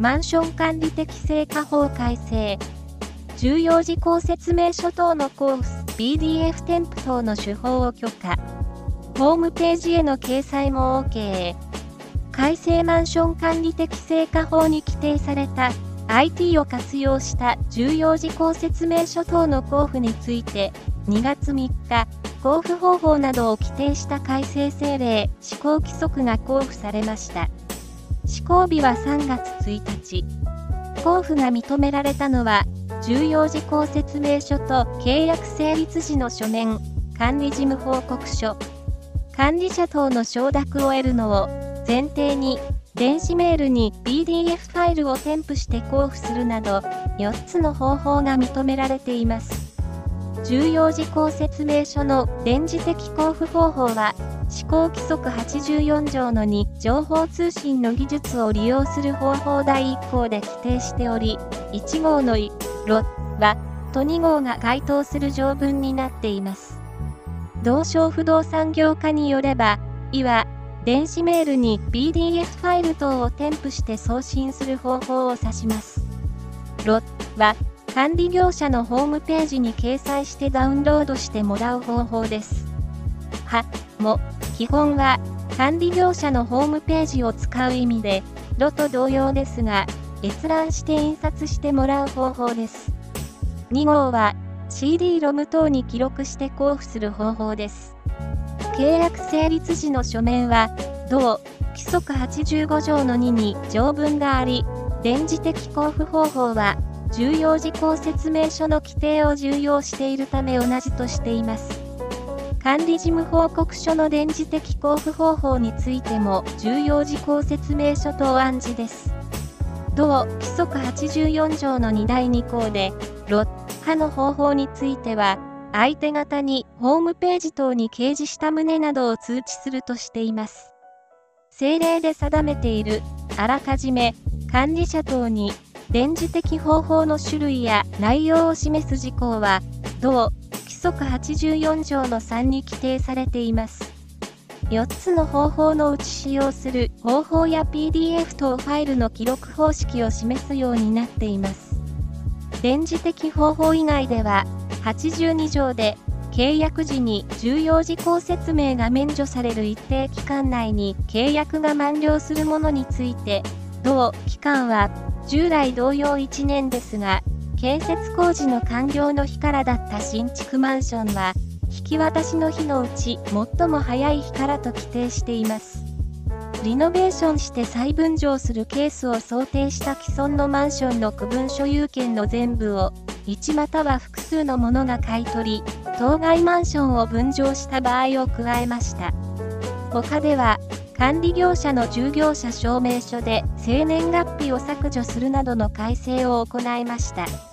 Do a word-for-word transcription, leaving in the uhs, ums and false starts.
マンション管理適正化法改正、重要事項説明書等の交付、ピーディーエフ 添付等の手法を許可。ホームページへの掲載も OK。改正マンション管理適正化法に規定された アイティー を活用した重要事項説明書等の交付について、にがつみっか、交付方法などを規定した改正政令施行規則が交付されました。施行日はさんがつついたち。交付が認められたのは、重要事項説明書と契約成立時の書面、管理事務報告書、管理者等の承諾を得るのを前提に、電子メールに ピーディーエフ ファイルを添付して交付するなど、よっつの方法が認められています。重要事項説明書の電磁的交付方法は、施行規則はちじゅうよんじょうのに情報通信の技術を利用する方法だいいっこうで規定しており、いちごうのい、ろは、とにごうが該当する条文になっています。同省不動産業課によれば、いは、電子メールに ピーディーエフ ファイル等を添付して送信する方法を指します。ろは、管理業者のホームページに掲載してダウンロードしてもらう方法です。は、も、基本は、管理業者のホームページを使う意味で、ろと同様ですが、閲覧して印刷してもらう方法です。にごうは、シーディー ロム等に記録して交付する方法です。契約成立時の書面は、同規則はちじゅうごじょうのにに条文があり、電磁的交付方法は、重要事項説明書の規定を重要しているため同じとしています。管理事務報告書の電磁的交付方法についても重要事項説明書と暗示です。同規則はちじゅうよんじょうのにだいにこうで、ろはの方法については、相手方にホームページ等に掲示した旨などを通知するとしています。政令で定めている、あらかじめ管理者等に電磁的方法の種類や内容を示す事項は、同規則はちじゅうよんじょうのさんに規定されています。よっつの方法のうち使用する方法や ピーディーエフ 等ファイルの記録方式を示すようになっています。電磁的方法以外では、はちじゅうにじょうで、契約時に重要事項説明が免除される一定期間内に契約が満了するものについて、同期間は従来同様いちねんですが、建設工事の完了の日からだった新築マンションは、引き渡しの日のうち最も早い日からと規定しています。リノベーションして再分譲するケースを想定した既存のマンションの区分所有権の全部を、いちまたは複数のものが買い取り、当該マンションを分譲した場合を加えました。他では、管理業者の従業者証明書で生年月日を削除するなどの改正を行いました。